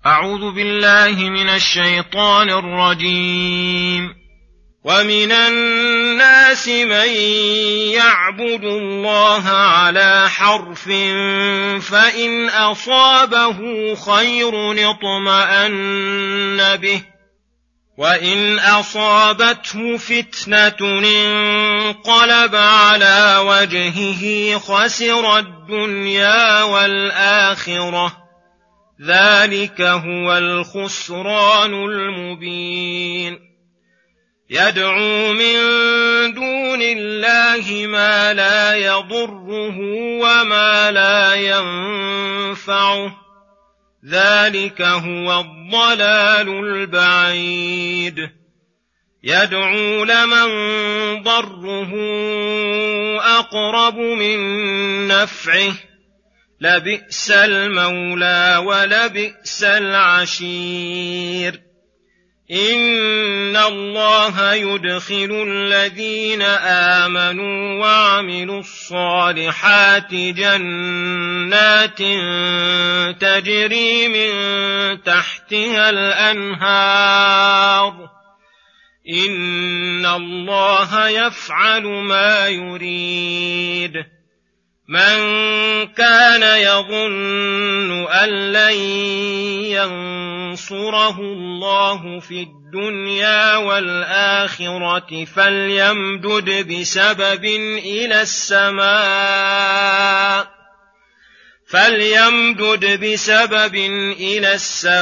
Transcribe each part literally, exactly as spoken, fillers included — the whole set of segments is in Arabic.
أعوذ بالله من الشيطان الرجيم. ومن الناس من يعبد الله على حرف فإن أصابه خير اطمأن به وإن أصابته فتنة انقلب على وجهه خسر الدنيا والآخرة ذلك هو الخسران المبين. يدعو من دون الله ما لا يضره وما لا ينفعه ذلك هو الضلال البعيد. يدعو لمن ضره أقرب من نفعه لبئس المولى ولبئس العشير. إن الله يدخل الذين آمنوا وعملوا الصالحات جنات تجري من تحتها الأنهار إن الله يفعل ما يريد. من كان يظن أن لن ينصره الله في الدنيا والآخرة فليمدد بسبب إلى السماء فليمدد بسبب إلى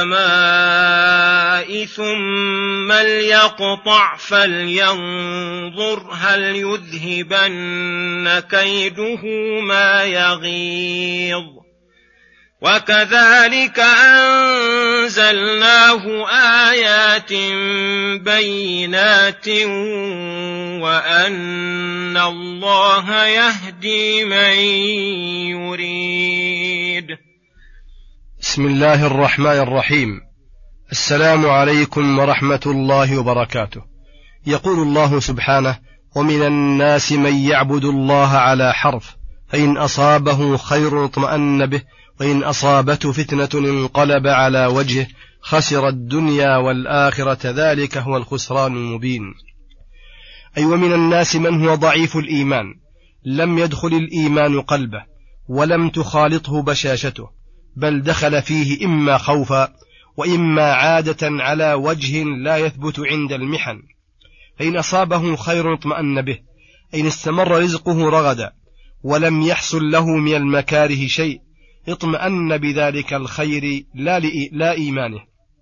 السماء ثم ليقطع فلينظر هل يذهبن كيده ما يغيظ. وكذلك أنزلناه آيات بينات وأن الله يهدي من يريد. بسم الله الرحمن الرحيم. السلام عليكم ورحمة الله وبركاته. يقول الله سبحانه: ومن الناس من يعبد الله على حرف فإن أصابه خير اطمأن به وإن أصابته فتنة انقلب على وجهه خسر الدنيا والآخرة ذلك هو الخسران المبين. أي ومن الناس من هو ضعيف الإيمان لم يدخل الإيمان قلبه ولم تخالطه بشاشته بل دخل فيه إما خوفا وإما عادة على وجه لا يثبت عند المحن. فإن أصابه خير اطمأن به أي استمر رزقه رغدا ولم يحصل له من المكاره شيء اطمأن بذلك الخير لا, لا إيمانه،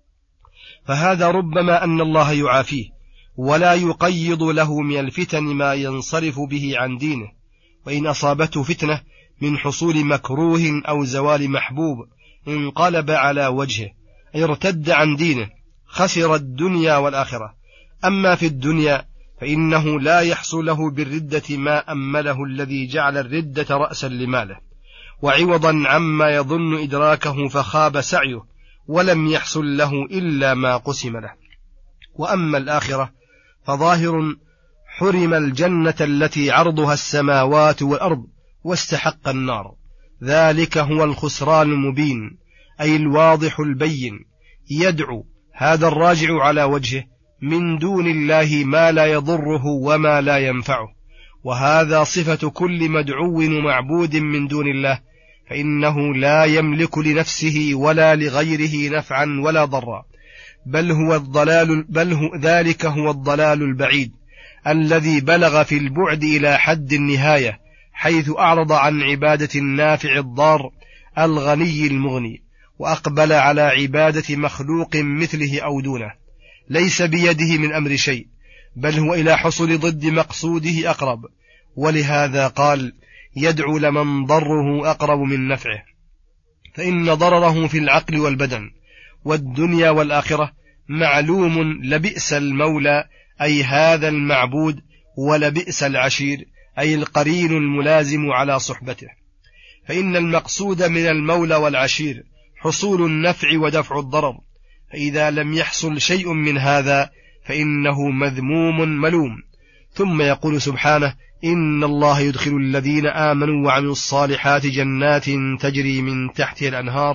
فهذا ربما أن الله يعافيه ولا يقيض له من الفتن ما ينصرف به عن دينه. وإن أصابته فتنة من حصول مكروه أو زوال محبوب انقلب على وجهه أي ارتد عن دينه خسر الدنيا والآخرة. أما في الدنيا فإنه لا يحصل له بالردة ما أمله الذي جعل الردة رأسا لماله وعوضا عما يظن إدراكه فخاب سعيه ولم يحصل له إلا ما قسم له. وأما الآخرة فظاهر حرم الجنة التي عرضها السماوات والأرض واستحق النار ذلك هو الخسران المبين أي الواضح البين. يدعو هذا الراجع على وجهه من دون الله ما لا يضره وما لا ينفعه، وهذا صفة كل مدعو ومعبود من دون الله، فإنه لا يملك لنفسه ولا لغيره نفعا ولا ضرا، بل هو الضلال بل هو ذلك هو الضلال البعيد الذي بلغ في البعد إلى حد النهاية، حيث أعرض عن عبادة النافع الضار الغني المغني وأقبل على عبادة مخلوق مثله أو دونه ليس بيده من أمر شيء، بل هو إلى حصول ضد مقصوده أقرب. ولهذا قال: يدعو لمن ضره أقرب من نفعه، فإن ضرره في العقل والبدن والدنيا والآخرة معلوم. لبئس المولى أي هذا المعبود، ولبئس العشير أي القرين الملازم على صحبته. فإن المقصود من المولى والعشير حصول النفع ودفع الضرر، فإذا لم يحصل شيء من هذا فإنه مذموم ملوم. ثم يقول سبحانه: إن الله يدخل الذين آمنوا وعملوا الصالحات جنات تجري من تحتها الأنهار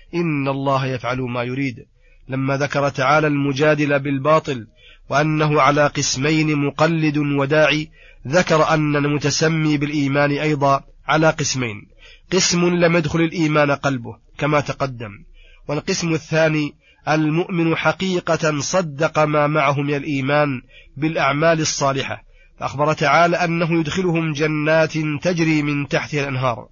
إن الله يفعل ما يريد. لما ذكر تعالى المجادل بالباطل وأنه على قسمين مقلد وداعي، ذكر أن المتسمي بالإيمان أيضا على قسمين: قسم لم يدخل الإيمان قلبه كما تقدم، والقسم الثاني المؤمن حقيقة صدق ما معه من الإيمان بالأعمال الصالحة، فأخبر تعالى أنه يدخلهم جنات تجري من تحتها الأنهار.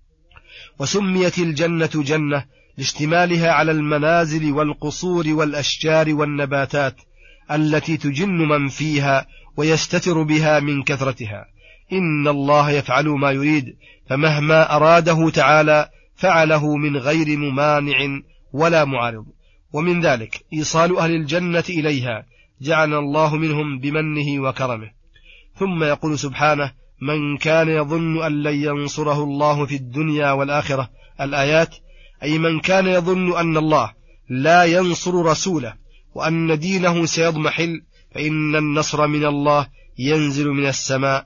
وسميت الجنة جنة لاشتمالها على المنازل والقصور والأشجار والنباتات التي تجن من فيها ويستتر بها من كثرتها. إن الله يفعل ما يريد، فمهما أراده تعالى فعله من غير ممانع ولا معارض. ومن ذلك إيصال أهل الجنة إليها، جعلنا الله منهم بمنه وكرمه. ثم يقول سبحانه: من كان يظن أن لن ينصره الله في الدنيا والآخرة، الآيات، أي من كان يظن أن الله لا ينصر رسوله وأن دينه سيضمحل، فإن النصر من الله ينزل من السماء،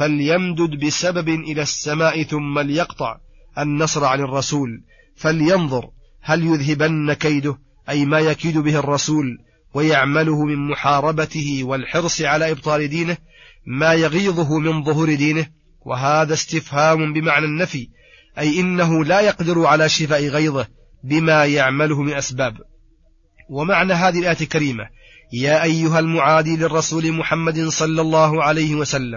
فليمدد بسبب إلى السماء ثم ليقطع النصر عن الرسول، فلينظر هل يذهبن كيده، أي ما يكيد به الرسول ويعمله من محاربته والحرص على إبطال دينه، ما يغيظه من ظهور دينه. وهذا استفهام بمعنى النفي، أي إنه لا يقدر على شفاء غيظه بما يعمله من أسباب. ومعنى هذه الآية الكريمة: يا أيها المعادي للرسول محمد صلى الله عليه وسلم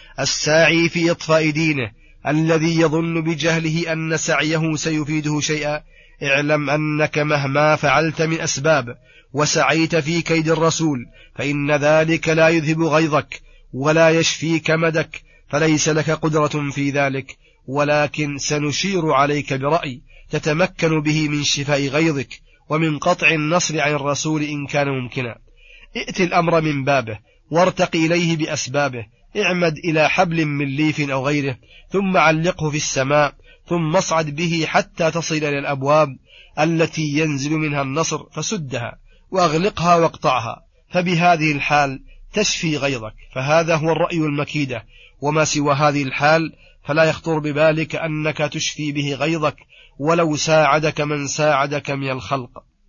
الساعي في إطفاء دينه، الذي يظن بجهله أن سعيه سيفيده شيئا، اعلم أنك مهما فعلت من أسباب وسعيت في كيد الرسول فإن ذلك لا يذهب غيظك ولا يشفي كمدك، فليس لك قدرة في ذلك، ولكن سنشير عليك برأي تتمكن به من شفاء غيظك ومن قطع النصر عن الرسول إن كان ممكنا. ائت الأمر من بابه وارتق إليه بأسبابه، اعمد إلى حبل من ليف أو غيره، ثم علقه في السماء، ثم اصعد به حتى تصل إلى الأبواب التي ينزل منها النصر، فسدها وأغلقها واقطعها، فبهذه الحال تشفي غيظك. فهذا هو الرأي المكيدة، وما سوى هذه الحال فلا يخطر ببالك أنك تشفي به غيظك ولو ساعدك من ساعدك من الخلق.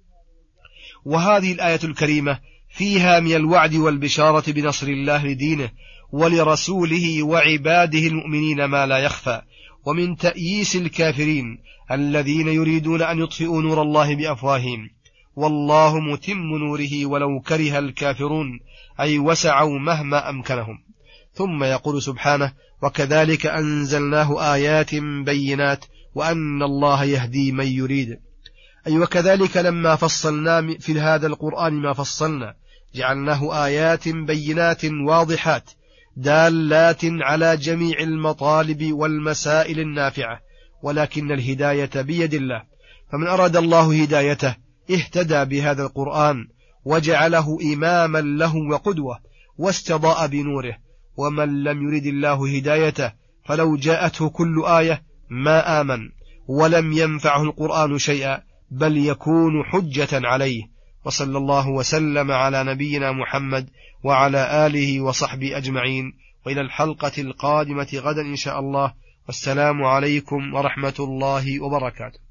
وهذه الآية الكريمة فيها من الوعد والبشارة بنصر الله لدينه ولرسوله وعباده المؤمنين ما لا يخفى، ومن تأييس الكافرين الذين يريدون أن يطفئوا نور الله بأفواههم، والله متم نوره ولو كره الكافرون، أي وسعوا مهما أمكنهم. ثم يقول سبحانه: وكذلك أنزلناه آيات بينات وأن الله يهدي من يريد. أي وكذلك لما فصلنا في هذا القرآن ما فصلنا جعلناه آيات بينات واضحات دالات على جميع المطالب والمسائل النافعة، ولكن الهداية بيد الله، فمن أراد الله هدايته اهتدى بهذا القرآن وجعله إماما له وقدوة واستضاء بنوره، ومن لم يرد الله هدايته فلو جاءته كل آية ما آمن ولم ينفعه القرآن شيئا، بل يكون حجة عليه. وصلى الله وسلم على نبينا محمد وعلى آله وصحبه أجمعين، وإلى الحلقة القادمة غدا إن شاء الله، والسلام عليكم ورحمة الله وبركاته.